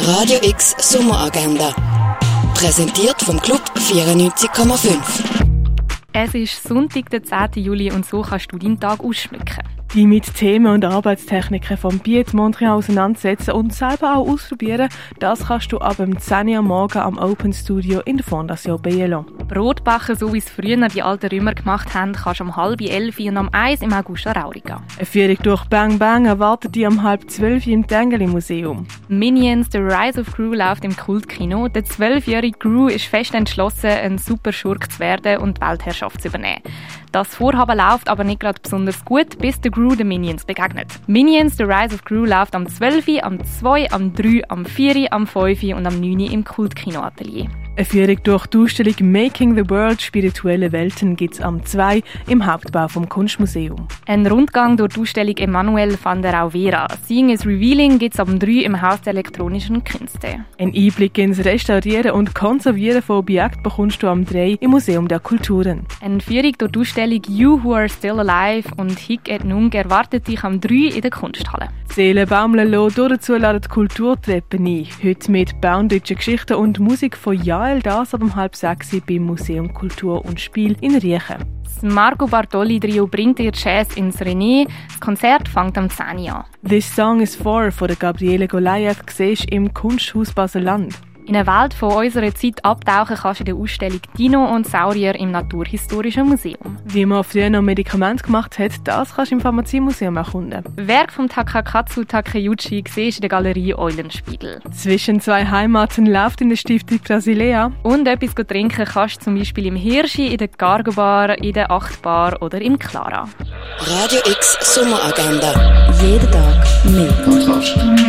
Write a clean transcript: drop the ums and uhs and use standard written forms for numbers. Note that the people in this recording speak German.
Radio X Sommeragenda. Präsentiert vom Club 94,5. Es ist Sonntag, der 10. Juli, und so kannst du deinen Tag ausschmücken. Die mit Themen und Arbeitstechniken vom Biet Montreal auseinandersetzen und selber auch ausprobieren, das kannst du ab dem 10 Uhr morgen am Open Studio in der Fondation Bielon. Brot backen, so wie es früher die alten Römer gemacht haben, kannst du um 10:30 und um 1 im Augusta Raurica. Eine Führung durch Bang Bang erwartet dich um 11:30 im Tengeli Museum. Minions The Rise of Gru läuft im Kultkino. Der 12-jährige Gru ist fest entschlossen, ein Superschurk zu werden und die Weltherrschaft zu übernehmen. Das Vorhaben läuft aber nicht gerade besonders gut, bis der Gru den Minions begegnet. Minions The Rise of Gru läuft am 12., am 2., am 3., am 4., am 5. und am 9. im Kultkino-Atelier. Eine Führung durch die Ausstellung Making the World – Spirituelle Welten gibt es am 2 im Hauptbau vom Kunstmuseum. Ein Rundgang durch die Ausstellung Emanuel van der Auvera. Seeing is Revealing gibt es am 3 im Haus der elektronischen Künste. Ein Einblick ins Restaurieren und Konservieren von Objekten bekommst du am 3 im Museum der Kulturen. Eine Führung durch die Ausstellung You Who Are Still Alive und Hic et Nunc erwartet dich am 3 in der Kunsthalle. Seelen baumeln lassen, dazu laden die Kulturtreppen ein. Heute mit bauendeutscher Geschichte und Musik von Jael, das ab um 5:30 beim Museum Kultur und Spiel in Riechen. Das Marco Bartoli Trio bringt dir Jazz ins René. Das Konzert fängt am 10 Uhr an. «This Song is For» von der Gabriele Goliath siehst du im Kunsthaus Basel-Land. In eine Welt von unserer Zeit abtauchen kannst du in der Ausstellung Dino und Saurier im Naturhistorischen Museum. Wie man früher noch Medikamente gemacht hat, das kannst du im Pharmaziemuseum erkunden. Werk von Takakatsu Takeuchi siehst du in der Galerie Eulenspiegel. Zwischen zwei Heimaten läuft in der Stiftung Brasilea. Und etwas trinken kannst du zum Beispiel im Hirschi, in der Cargo Bar, in der 8 Bar oder im Clara. Radio X Sommeragenda. Jeden Tag mehr.